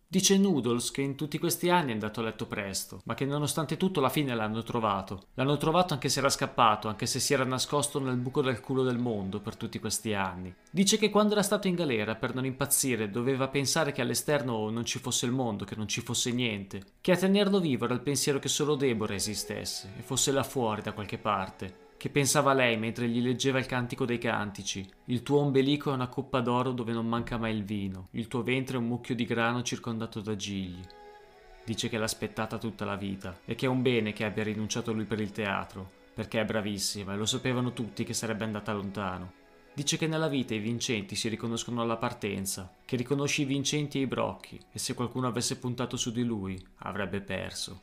Dice Noodles che in tutti questi anni è andato a letto presto, ma che nonostante tutto alla fine l'hanno trovato. L'hanno trovato anche se era scappato, anche se si era nascosto nel buco del culo del mondo per tutti questi anni. Dice che quando era stato in galera, per non impazzire, doveva pensare che all'esterno non ci fosse il mondo, che non ci fosse niente, che a tenerlo vivo era il pensiero che solo Deborah esistesse e fosse là fuori da qualche parte. Che pensava a lei mentre gli leggeva il cantico dei cantici. Il tuo ombelico è una coppa d'oro dove non manca mai il vino. Il tuo ventre è un mucchio di grano circondato da gigli. Dice che l'ha aspettata tutta la vita e che è un bene che abbia rinunciato lui per il teatro, perché è bravissima e lo sapevano tutti che sarebbe andata lontano. Dice che nella vita i vincenti si riconoscono alla partenza, che riconosce i vincenti e i brocchi, e se qualcuno avesse puntato su di lui, avrebbe perso.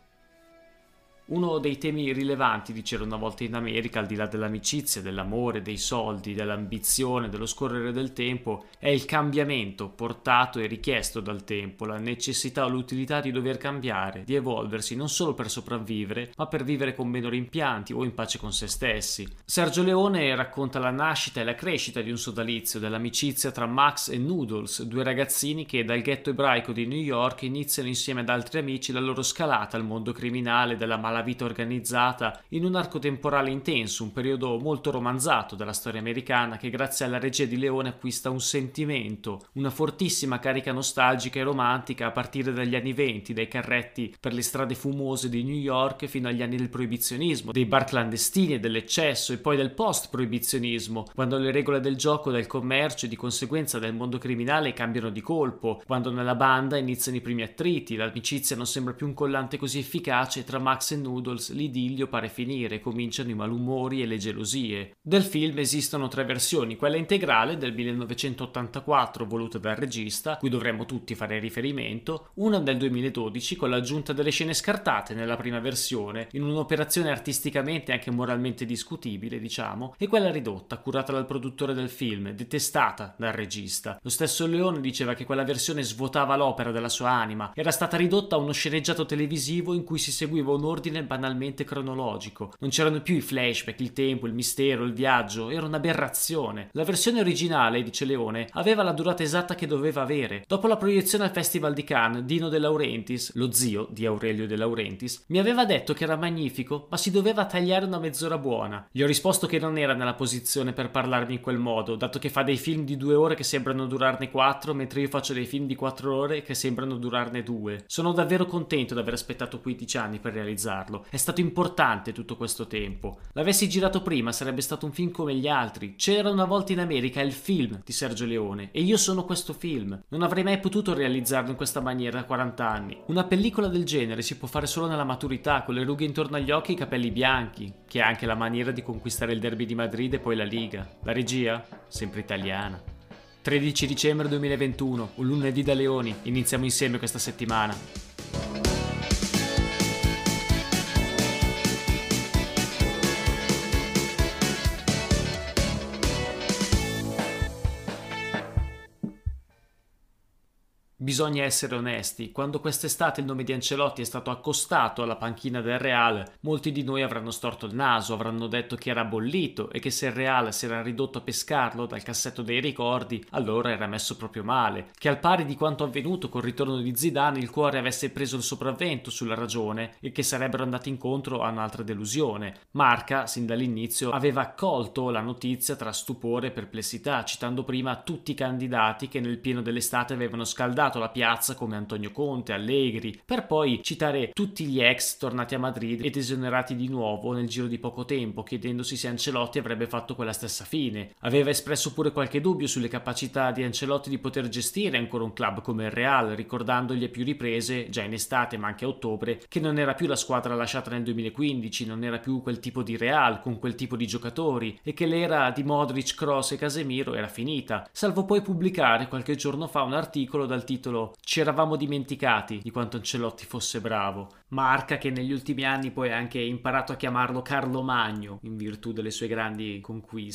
Uno dei temi rilevanti di C'era una volta in America, al di là dell'amicizia, dell'amore, dei soldi, dell'ambizione, dello scorrere del tempo, è il cambiamento portato e richiesto dal tempo, la necessità o l'utilità di dover cambiare, di evolversi non solo per sopravvivere, ma per vivere con meno rimpianti o in pace con se stessi. Sergio Leone racconta la nascita e la crescita di un sodalizio, dell'amicizia tra Max e Noodles, due ragazzini che dal ghetto ebraico di New York iniziano insieme ad altri amici la loro scalata al mondo criminale della malavita organizzata in un arco temporale intenso, un periodo molto romanzato della storia americana che grazie alla regia di Leone acquista un sentimento, una fortissima carica nostalgica e romantica a partire dagli anni '20, dai carretti per le strade fumose di New York fino agli anni del proibizionismo, dei bar clandestini e dell'eccesso e poi del post-proibizionismo, quando le regole del gioco, del commercio e di conseguenza del mondo criminale cambiano di colpo, quando nella banda iniziano i primi attriti, l'amicizia non sembra più un collante così efficace tra Max e Noodles, l'idillio pare finire, cominciano i malumori e le gelosie. Del film esistono tre versioni, quella integrale del 1984 voluta dal regista, cui dovremmo tutti fare riferimento, una del 2012 con l'aggiunta delle scene scartate nella prima versione, in un'operazione artisticamente e anche moralmente discutibile, diciamo, e quella ridotta, curata dal produttore del film, detestata dal regista. Lo stesso Leone diceva che quella versione svuotava l'opera della sua anima, era stata ridotta a uno sceneggiato televisivo in cui si seguiva un ordine banalmente cronologico. Non c'erano più i flashback, il tempo, il mistero, il viaggio, era un'aberrazione. La versione originale, dice Leone, aveva la durata esatta che doveva avere. Dopo la proiezione al Festival di Cannes, Dino De Laurentiis, lo zio di Aurelio De Laurentiis, mi aveva detto che era magnifico, ma si doveva tagliare una mezz'ora buona. Gli ho risposto che non era nella posizione per parlarmi in quel modo, dato che fa dei film di 2 ore che sembrano durarne 4, mentre io faccio dei film di 4 ore che sembrano durarne 2. Sono davvero contento di aver aspettato 15 anni per realizzarlo. È stato importante tutto questo tempo. L'avessi girato prima sarebbe stato un film come gli altri. C'era una volta in America, è il film di Sergio Leone e io sono questo film. Non avrei mai potuto realizzarlo in questa maniera a 40 anni. Una pellicola del genere si può fare solo nella maturità, con le rughe intorno agli occhi e i capelli bianchi, che è anche la maniera di conquistare il derby di Madrid e poi la Liga. La regia? Sempre italiana. 13 dicembre 2021, un lunedì da Leoni. Iniziamo insieme questa settimana. Bisogna essere onesti, quando quest'estate il nome di Ancelotti è stato accostato alla panchina del Real, molti di noi avranno storto il naso, avranno detto che era bollito e che se il Real si era ridotto a pescarlo dal cassetto dei ricordi, allora era messo proprio male, che al pari di quanto avvenuto col ritorno di Zidane il cuore avesse preso il sopravvento sulla ragione e che sarebbero andati incontro a un'altra delusione. Marca, sin dall'inizio, aveva accolto la notizia tra stupore e perplessità, citando prima tutti i candidati che nel pieno dell'estate avevano scaldato la piazza come Antonio Conte, Allegri, per poi citare tutti gli ex tornati a Madrid ed esonerati di nuovo nel giro di poco tempo, chiedendosi se Ancelotti avrebbe fatto quella stessa fine. Aveva espresso pure qualche dubbio sulle capacità di Ancelotti di poter gestire ancora un club come il Real, ricordandogli a più riprese, già in estate ma anche a ottobre, che non era più la squadra lasciata nel 2015, non era più quel tipo di Real con quel tipo di giocatori e che l'era di Modric, Kroos e Casemiro era finita, salvo poi pubblicare qualche giorno fa un articolo dal titolo "Ci eravamo dimenticati di quanto Ancelotti fosse bravo". Marca che negli ultimi anni poi ha anche imparato a chiamarlo Carlo Magno in virtù delle sue grandi conquiste.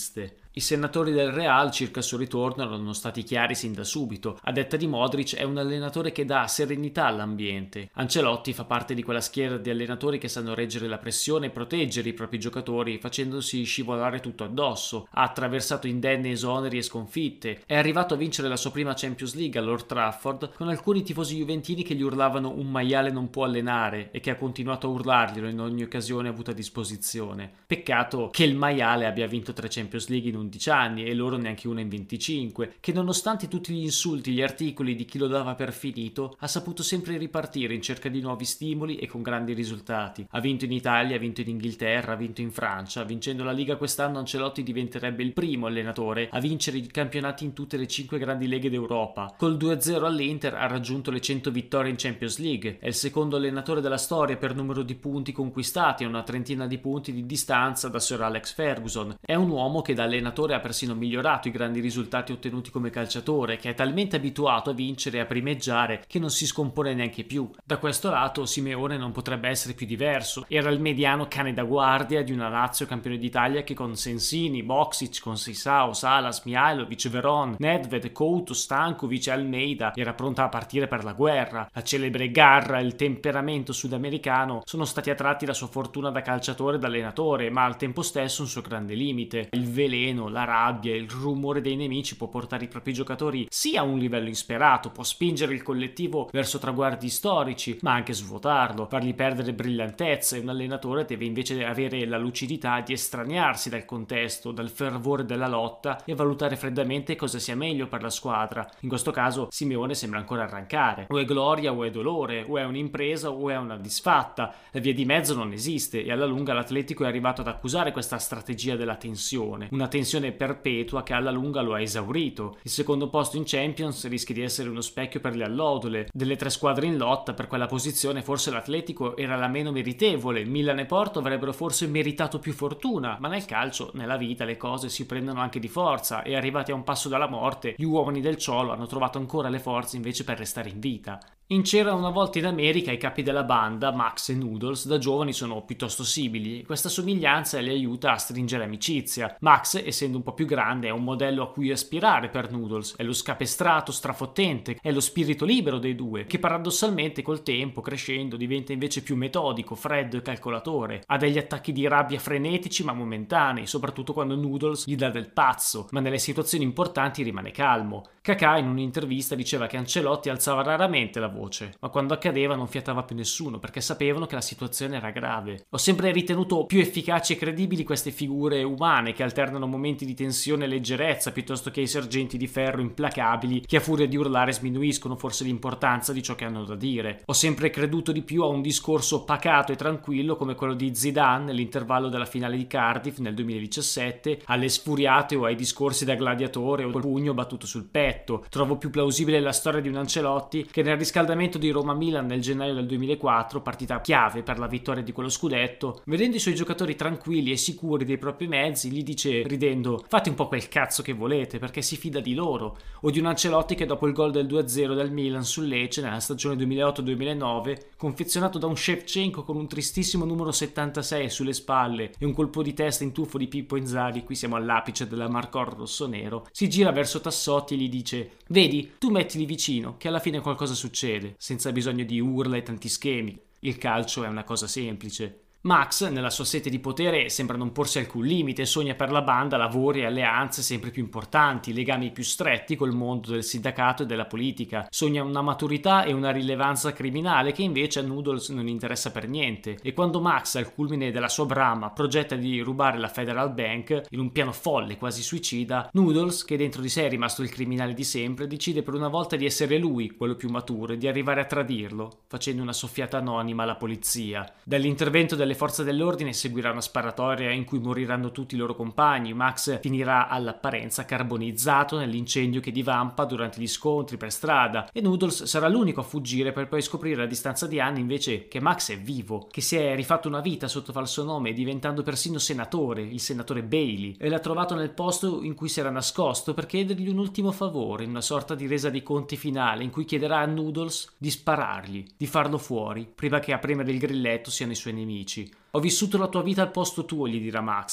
I senatori del Real circa il suo ritorno erano stati chiari sin da subito. A detta di Modric è un allenatore che dà serenità all'ambiente. Ancelotti fa parte di quella schiera di allenatori che sanno reggere la pressione e proteggere i propri giocatori facendosi scivolare tutto addosso. Ha attraversato indenni esoneri e sconfitte. È arrivato a vincere la sua prima Champions League all'Old Trafford con alcuni tifosi juventini che gli urlavano un maiale non può allenare e che ha continuato a urlarglielo in ogni occasione avuta a disposizione. Peccato che il maiale abbia vinto 3 Champions League in 11 anni e loro neanche una in 25, che nonostante tutti gli insulti, gli articoli di chi lo dava per finito, ha saputo sempre ripartire in cerca di nuovi stimoli e con grandi risultati. Ha vinto in Italia, ha vinto in Inghilterra, ha vinto in Francia. Vincendo la Liga quest'anno Ancelotti diventerebbe il primo allenatore a vincere i campionati in tutte le 5 grandi leghe d'Europa. Col 2-0 all'Inter ha raggiunto le 100 vittorie in Champions League. È il secondo allenatore della storia per numero di punti conquistati, a una trentina di punti di distanza da Sir Alex Ferguson. È un uomo che da allenatore ha persino migliorato i grandi risultati ottenuti come calciatore, che è talmente abituato a vincere e a primeggiare che non si scompone neanche più. Da questo lato Simeone non potrebbe essere più diverso. Era il mediano cane da guardia di una Lazio campione d'Italia che con Sensini, Boksic, con Seisao, Salas, Mihailovic, Veron, Nedved, Couto, Stankovic e Almeida era pronta a partire per la guerra. La celebre garra e il temperamento sudamericano sono stati attratti da sua fortuna da calciatore e da allenatore, ma al tempo stesso un suo grande limite. Il veleno, la rabbia, il rumore dei nemici può portare i propri giocatori sia a un livello insperato, può spingere il collettivo verso traguardi storici, ma anche svuotarlo, fargli perdere brillantezza, e un allenatore deve invece avere la lucidità di estraniarsi dal contesto, dal fervore della lotta e valutare freddamente cosa sia meglio per la squadra. In questo caso Simeone sembra ancora arrancare. O è gloria o è dolore, o è un'impresa o è una disfatta. La via di mezzo non esiste e alla lunga l'Atletico è arrivato ad accusare questa strategia della tensione, una tensione perpetua che alla lunga lo ha esaurito. Il secondo posto in Champions rischia di essere uno specchio per le allodole. Delle 3 squadre in lotta per quella posizione forse l'Atletico era la meno meritevole. Milan e Porto avrebbero forse meritato più fortuna, ma nel calcio, nella vita, le cose si prendono anche di forza e arrivati a un passo dalla morte gli uomini del Cholo hanno trovato ancora le forze invece per restare in vita. In C'era una volta in America i capi della banda, Max e Noodles, da giovani sono piuttosto simili. Questa somiglianza li aiuta a stringere amicizia. Max, essendo un po' più grande, è un modello a cui aspirare per Noodles. È lo scapestrato, strafottente, è lo spirito libero dei due, che paradossalmente col tempo, crescendo, diventa invece più metodico, freddo e calcolatore. Ha degli attacchi di rabbia frenetici ma momentanei, soprattutto quando Noodles gli dà del pazzo, ma nelle situazioni importanti rimane calmo. Kaká in un'intervista diceva che Ancelotti alzava raramente la voce, ma quando accadeva non fiatava più nessuno perché sapevano che la situazione era grave. Ho sempre ritenuto più efficaci e credibili queste figure umane che alternano momenti di tensione e leggerezza piuttosto che i sergenti di ferro implacabili che a furia di urlare sminuiscono forse l'importanza di ciò che hanno da dire. Ho sempre creduto di più a un discorso pacato e tranquillo come quello di Zidane nell'intervallo della finale di Cardiff nel 2017, alle sfuriate o ai discorsi da gladiatore o col pugno battuto sul petto. Trovo più plausibile la storia di un Ancelotti che nel riscaldamento di Roma-Milan nel gennaio del 2004, partita chiave per la vittoria di quello scudetto, vedendo i suoi giocatori tranquilli e sicuri dei propri mezzi, gli dice ridendo: fate un po' quel cazzo che volete, perché si fida di loro. O di un Ancelotti che dopo il gol del 2-0 del Milan sul Lecce nella stagione 2008-2009, confezionato da un Shevchenko con un tristissimo numero 76 sulle spalle e un colpo di testa in tuffo di Pippo Inzaghi, qui siamo all'apice della Marcor rossonero, si gira verso Tassotti e gli dice: vedi, tu mettili vicino, che alla fine qualcosa succede, senza bisogno di urla e tanti schemi. Il calcio è una cosa semplice. Max, nella sua sete di potere, sembra non porsi alcun limite, sogna per la banda lavori e alleanze sempre più importanti, legami più stretti col mondo del sindacato e della politica. Sogna una maturità e una rilevanza criminale che invece a Noodles non interessa per niente. E quando Max, al culmine della sua brama, progetta di rubare la Federal Bank, in un piano folle quasi suicida, Noodles, che dentro di sé è rimasto il criminale di sempre, decide per una volta di essere lui quello più maturo e di arrivare a tradirlo, facendo una soffiata anonima alla polizia. Dall'intervento delle forze dell'ordine seguirà una sparatoria in cui moriranno tutti i loro compagni. Max finirà all'apparenza carbonizzato nell'incendio che divampa durante gli scontri per strada e Noodles sarà l'unico a fuggire per poi scoprire a distanza di anni invece che Max è vivo, che si è rifatto una vita sotto falso nome diventando persino senatore, il senatore Bailey, e l'ha trovato nel posto in cui si era nascosto per chiedergli un ultimo favore, in una sorta di resa dei conti finale in cui chiederà a Noodles di sparargli, di farlo fuori prima che a premere il grilletto siano i suoi nemici. Ho vissuto la tua vita al posto tuo, gli dirà Max.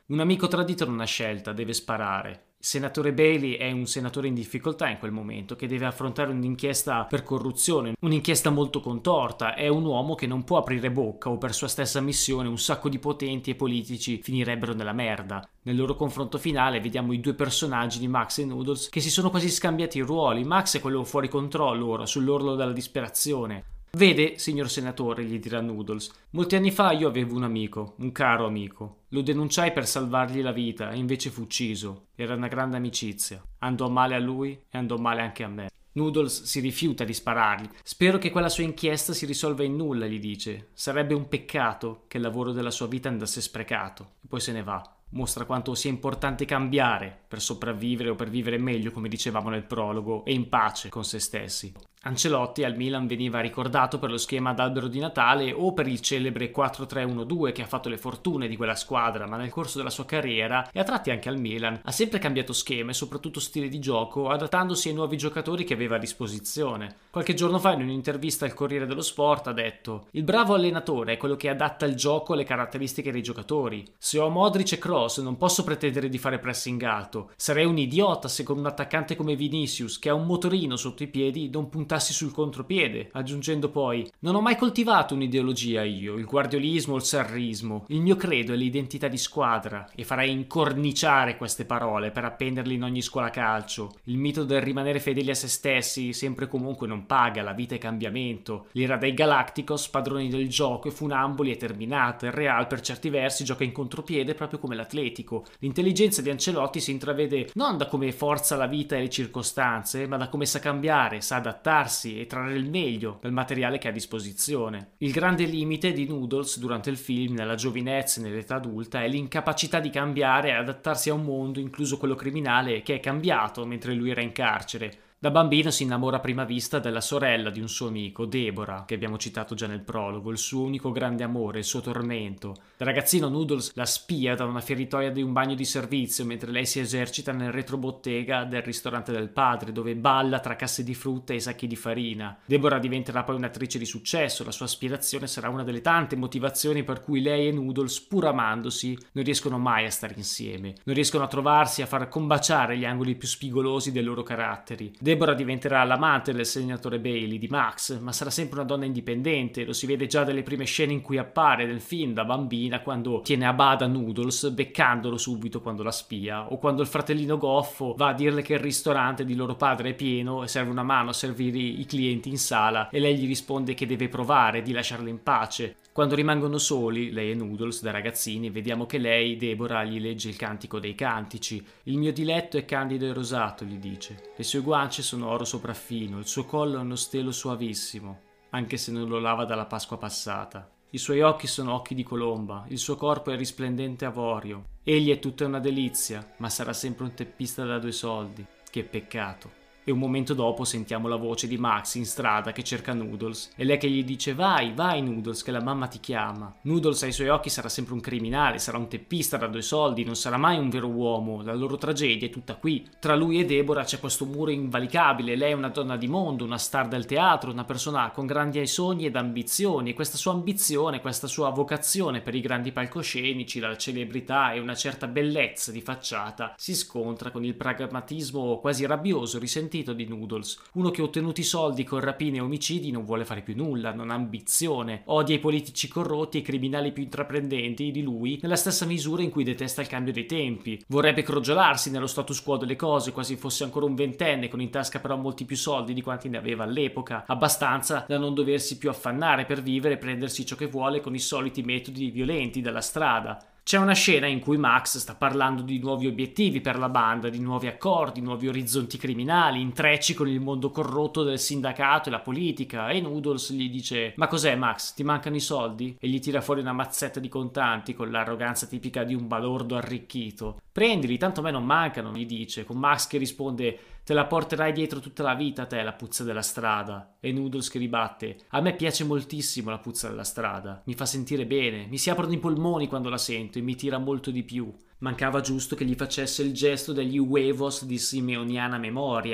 Un amico tradito non ha scelta, deve sparare. Il senatore Bailey è un senatore in difficoltà in quel momento, che deve affrontare un'inchiesta per corruzione, un'inchiesta molto contorta. È un uomo che non può aprire bocca, o per sua stessa missione un sacco di potenti e politici finirebbero nella merda. Nel loro confronto finale vediamo i due personaggi di Max e Noodles che si sono quasi scambiati i ruoli. Max è quello fuori controllo ora, sull'orlo della disperazione. Vede, signor senatore, gli dirà Noodles, molti anni fa io avevo un amico, un caro amico. Lo denunciai per salvargli la vita e invece fu ucciso. Era una grande amicizia. Andò male a lui e andò male anche a me. Noodles si rifiuta di sparargli. Spero che quella sua inchiesta si risolva in nulla, gli dice. Sarebbe un peccato che il lavoro della sua vita andasse sprecato. E poi se ne va. Mostra quanto sia importante cambiare per sopravvivere o per vivere meglio, come dicevamo nel prologo, e in pace con se stessi. Ancelotti al Milan veniva ricordato per lo schema d'albero di Natale o per il celebre 4-3-1-2 che ha fatto le fortune di quella squadra, ma nel corso della sua carriera, e a tratti anche al Milan, ha sempre cambiato schema e soprattutto stile di gioco, adattandosi ai nuovi giocatori che aveva a disposizione. Qualche giorno fa in un'intervista al Corriere dello Sport ha detto: il bravo allenatore è quello che adatta il gioco alle caratteristiche dei giocatori. Se ho Modric e Kroos non posso pretendere di fare pressing alto. Sarei un idiota se con un attaccante come Vinicius, che ha un motorino sotto i piedi, non puntassi sul contropiede, aggiungendo poi: non ho mai coltivato un'ideologia io, il guardiolismo o il sarrismo. Il mio credo è l'identità di squadra, e farei incorniciare queste parole per appenderle in ogni scuola calcio. Il mito del rimanere fedeli a se stessi sempre e comunque non paga, la vita è cambiamento. L'era dei Galacticos, padroni del gioco e funamboli, è terminata. Il Real per certi versi gioca in contropiede proprio come l'Atletico. L'intelligenza di Ancelotti si intravede non da come forza la vita e le circostanze, ma da come sa cambiare, sa adattarsi e trarre il meglio dal materiale che ha a disposizione. Il grande limite di Noodles durante il film, nella giovinezza e nell'età adulta, è l'incapacità di cambiare e adattarsi a un mondo, incluso quello criminale, che è cambiato mentre lui era in carcere. Da bambino si innamora a prima vista della sorella di un suo amico, Deborah, che abbiamo citato già nel prologo, il suo unico grande amore, il suo tormento. Da ragazzino Noodles la spia da una feritoia di un bagno di servizio mentre lei si esercita nel retrobottega del ristorante del padre, dove balla tra casse di frutta e sacchi di farina. Deborah diventerà poi un'attrice di successo, la sua aspirazione sarà una delle tante motivazioni per cui lei e Noodles, pur amandosi, non riescono mai a stare insieme, non riescono a trovarsi, a far combaciare gli angoli più spigolosi dei loro caratteri. Deborah diventerà l'amante del senatore Bailey, di Max, ma sarà sempre una donna indipendente. Lo si vede già dalle prime scene in cui appare nel film da bambina, quando tiene a bada Noodles, beccandolo subito quando la spia, o quando il fratellino goffo va a dirle che il ristorante di loro padre è pieno e serve una mano a servire i clienti in sala, e lei gli risponde che deve provare di lasciarlo in pace. Quando rimangono soli, lei e Noodles, da ragazzini, vediamo che lei, Deborah, gli legge il cantico dei cantici. Il mio diletto è candido e rosato, gli dice. Le sue guance sono oro sopraffino, il suo collo è uno stelo suavissimo, anche se non lo lava dalla Pasqua passata. I suoi occhi sono occhi di colomba, il suo corpo è risplendente avorio. Egli è tutta una delizia, ma sarà sempre un teppista da 2 soldi. Che peccato. E un momento dopo sentiamo la voce di Max in strada che cerca Noodles, e lei che gli dice: vai, vai Noodles, che la mamma ti chiama. Noodles ai suoi occhi sarà sempre un criminale, sarà un teppista da 2 soldi, non sarà mai un vero uomo. La loro tragedia è tutta qui. Tra lui e Deborah c'è questo muro invalicabile. Lei è una donna di mondo, una star del teatro, una persona con grandi sogni ed ambizioni, e questa sua ambizione, questa sua vocazione per i grandi palcoscenici, la celebrità e una certa bellezza di facciata si scontra con il pragmatismo quasi rabbioso, risentito di Noodles, uno che, ottenuti i soldi con rapine e omicidi, non vuole fare più nulla, non ha ambizione, odia i politici corrotti e i criminali più intraprendenti di lui nella stessa misura in cui detesta il cambio dei tempi. Vorrebbe crogiolarsi nello status quo delle cose, quasi fosse ancora un ventenne, con in tasca però molti più soldi di quanti ne aveva all'epoca, abbastanza da non doversi più affannare per vivere e prendersi ciò che vuole con i soliti metodi violenti della strada. C'è una scena in cui Max sta parlando di nuovi obiettivi per la banda, di nuovi accordi, nuovi orizzonti criminali, intrecci con il mondo corrotto del sindacato e la politica, e Noodles gli dice: ma cos'è Max, ti mancano i soldi? E gli tira fuori una mazzetta di contanti con l'arroganza tipica di un balordo arricchito. Prendili, tanto a me non mancano, gli dice, con Max che risponde: te la porterai dietro tutta la vita te la puzza della strada. E Noodles che ribatte: a me piace moltissimo la puzza della strada, mi fa sentire bene, mi si aprono i polmoni quando la sento e mi tira molto di più. Mancava giusto che gli facesse il gesto degli huevos di simeoniana memoria.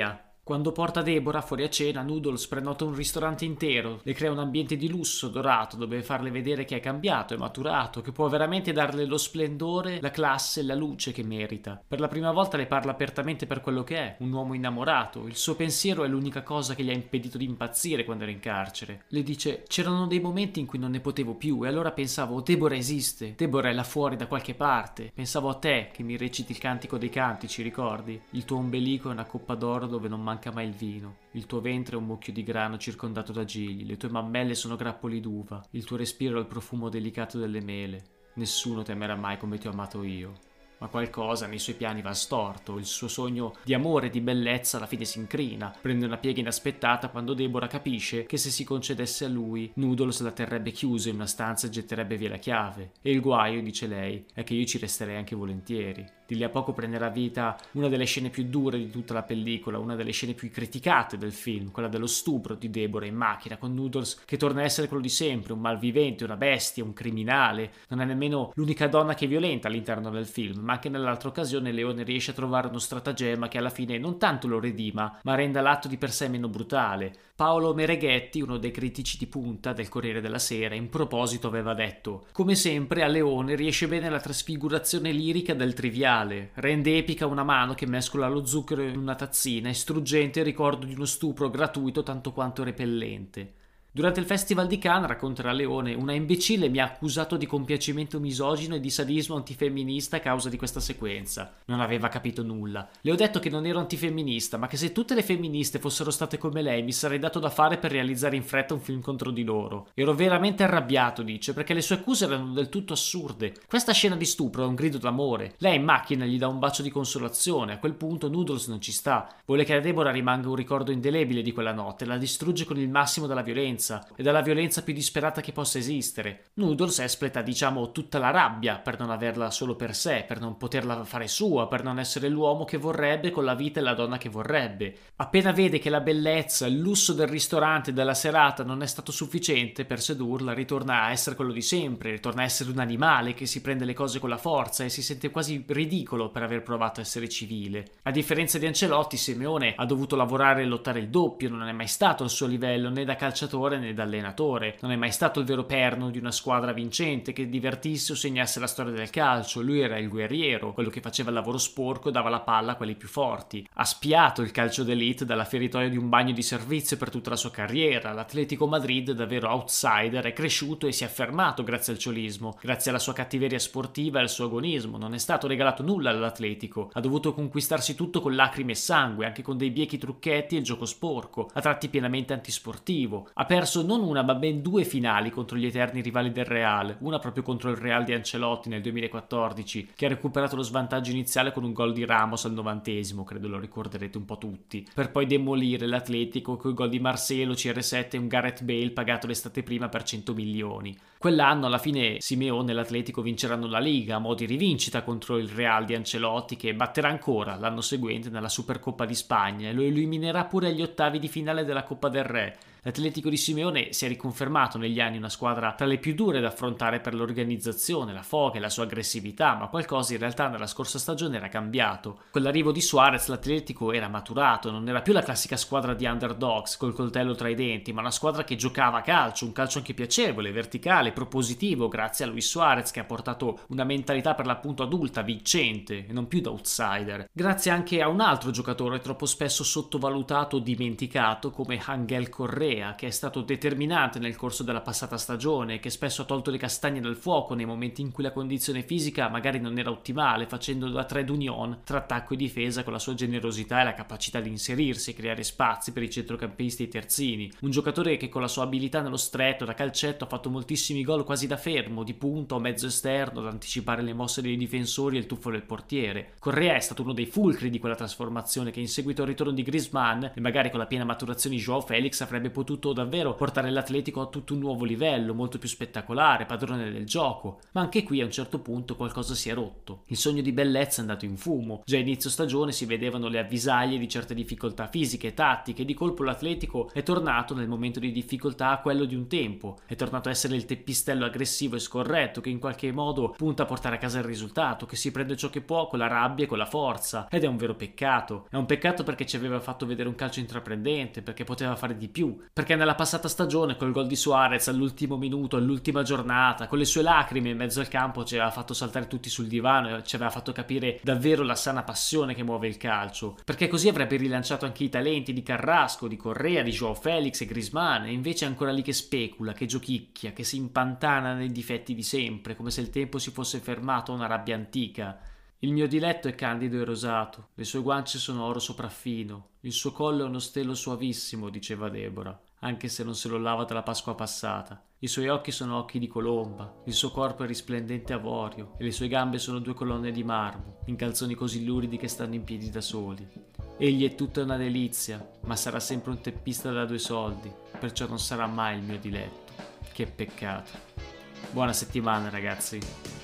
Quando porta Deborah fuori a cena, Noodles prenota un ristorante intero, le crea un ambiente di lusso dorato dove farle vedere che è cambiato, è maturato, che può veramente darle lo splendore, la classe e la luce che merita. Per la prima volta le parla apertamente per quello che è, un uomo innamorato. Il suo pensiero è l'unica cosa che gli ha impedito di impazzire quando era in carcere. Le dice: c'erano dei momenti in cui non ne potevo più e allora pensavo: Deborah esiste, Deborah è là fuori da qualche parte. Pensavo a te che mi reciti il cantico dei cantici, ricordi? Il tuo ombelico è una coppa d'oro dove non manca mai il vino. Il tuo ventre è un mucchio di grano circondato da gigli, le tue mammelle sono grappoli d'uva, il tuo respiro è il profumo delicato delle mele. Nessuno ti amerà mai come ti ho amato io. Ma qualcosa nei suoi piani va storto, il suo sogno di amore e di bellezza alla fine si incrina, prende una piega inaspettata quando Deborah capisce che se si concedesse a lui, Noodles la terrebbe chiusa in una stanza e getterebbe via la chiave. E il guaio, dice lei, è che io ci resterei anche volentieri. Di lì a poco prenderà vita una delle scene più dure di tutta la pellicola, una delle scene più criticate del film, quella dello stupro di Deborah in macchina con Noodles che torna a essere quello di sempre, un malvivente, una bestia, un criminale. Non è nemmeno l'unica donna che è violenta all'interno del film, ma anche nell'altra occasione Leone riesce a trovare uno stratagemma che alla fine non tanto lo redima, ma renda l'atto di per sé meno brutale. Paolo Mereghetti, uno dei critici di punta del Corriere della Sera, in proposito aveva detto: come sempre a Leone riesce bene la trasfigurazione lirica del triviale, rende epica una mano che mescola lo zucchero in una tazzina e struggente il ricordo di uno stupro gratuito tanto quanto repellente. Durante il Festival di Cannes, racconterà Leone, una imbecille mi ha accusato di compiacimento misogino e di sadismo antifemminista a causa di questa sequenza. Non aveva capito nulla. Le ho detto che non ero antifemminista, ma che se tutte le femministe fossero state come lei mi sarei dato da fare per realizzare in fretta un film contro di loro. Ero veramente arrabbiato, dice, perché le sue accuse erano del tutto assurde. Questa scena di stupro è un grido d'amore. Lei in macchina gli dà un bacio di consolazione. A quel punto Noodles non ci sta. Vuole che a Deborah rimanga un ricordo indelebile di quella notte. La distrugge con il massimo della violenza. E dalla violenza più disperata che possa esistere. Noodles espleta, diciamo, tutta la rabbia per non averla solo per sé, per non poterla fare sua, per non essere l'uomo che vorrebbe con la vita e la donna che vorrebbe. Appena vede che la bellezza, il lusso del ristorante e della serata non è stato sufficiente per sedurla, ritorna a essere quello di sempre, ritorna a essere un animale che si prende le cose con la forza e si sente quasi ridicolo per aver provato a essere civile. A differenza di Ancelotti, Simeone ha dovuto lavorare e lottare il doppio, non è mai stato al suo livello né da calciatore né da allenatore, non è mai stato il vero perno di una squadra vincente che divertisse o segnasse la storia del calcio. Lui era il guerriero, quello che faceva il lavoro sporco e dava la palla a quelli più forti. Ha spiato il calcio d'elite dalla feritoia di un bagno di servizio per tutta la sua carriera. L'Atletico Madrid, davvero outsider, è cresciuto e si è affermato grazie al ciolismo, grazie alla sua cattiveria sportiva e al suo agonismo. Non è stato regalato nulla all'Atletico, ha dovuto conquistarsi tutto con lacrime e sangue, anche con dei biechi trucchetti e il gioco sporco, a tratti pienamente antisportivo. Ha perso non una ma ben due finali contro gli eterni rivali del Real, una proprio contro il Real di Ancelotti nel 2014, che ha recuperato lo svantaggio iniziale con un gol di Ramos al 90°, credo lo ricorderete un po' tutti, per poi demolire l'Atletico con i gol di Marcelo, CR7 e un Gareth Bale pagato l'estate prima per 100 milioni. Quell'anno alla fine Simeone e l'Atletico vinceranno la Liga a mo' di rivincita contro il Real di Ancelotti, che batterà ancora l'anno seguente nella Supercoppa di Spagna e lo eliminerà pure agli ottavi di finale della Coppa del Re. L'Atletico di Simeone si è riconfermato negli anni una squadra tra le più dure da affrontare per l'organizzazione, la foga e la sua aggressività, ma qualcosa in realtà nella scorsa stagione era cambiato. Con l'arrivo di Suarez l'Atletico era maturato, non era più la classica squadra di underdogs col coltello tra i denti, ma una squadra che giocava a calcio, un calcio anche piacevole, verticale, propositivo, grazie a Luis Suarez che ha portato una mentalità per l'appunto adulta, vincente e non più da outsider. Grazie anche a un altro giocatore troppo spesso sottovalutato o dimenticato come Ángel Correa, che è stato determinante nel corso della passata stagione e che spesso ha tolto le castagne dal fuoco nei momenti in cui la condizione fisica magari non era ottimale, facendo da trade union tra attacco e difesa con la sua generosità e la capacità di inserirsi e creare spazi per i centrocampisti e i terzini. Un giocatore che con la sua abilità nello stretto da calcetto ha fatto moltissimi gol quasi da fermo, di punta o mezzo esterno, ad anticipare le mosse dei difensori e il tuffo del portiere. Correa è stato uno dei fulcri di quella trasformazione che in seguito al ritorno di Griezmann e magari con la piena maturazione di João Félix avrebbe potuto potuto davvero portare l'Atletico a tutto un nuovo livello, molto più spettacolare, padrone del gioco, ma anche qui a un certo punto qualcosa si è rotto. Il sogno di bellezza è andato in fumo, già a inizio stagione si vedevano le avvisaglie di certe difficoltà fisiche e tattiche, e di colpo l'Atletico è tornato nel momento di difficoltà a quello di un tempo, è tornato a essere il teppistello aggressivo e scorretto che in qualche modo punta a portare a casa il risultato, che si prende ciò che può con la rabbia e con la forza, ed è un vero peccato. È un peccato perché ci aveva fatto vedere un calcio intraprendente, perché poteva fare di più, perché nella passata stagione col gol di Suarez all'ultimo minuto, all'ultima giornata, con le sue lacrime in mezzo al campo ci aveva fatto saltare tutti sul divano e ci aveva fatto capire davvero la sana passione che muove il calcio, perché così avrebbe rilanciato anche i talenti di Carrasco, di Correa, di Joao Felix e Griezmann, e invece è ancora lì che specula, che giochicchia, che si impantana nei difetti di sempre, come se il tempo si fosse fermato a una rabbia antica. Il mio diletto è candido e rosato, le sue guance sono oro sopraffino, il suo collo è uno stelo suavissimo, diceva Deborah, anche se non se lo lava dalla Pasqua passata. I suoi occhi sono occhi di colomba, il suo corpo è risplendente avorio e le sue gambe sono due colonne di marmo, in calzoni così luridi che stanno in piedi da soli. Egli è tutta una delizia, ma sarà sempre un teppista da 2 soldi, perciò non sarà mai il mio diletto. Che peccato. Buona settimana, ragazzi.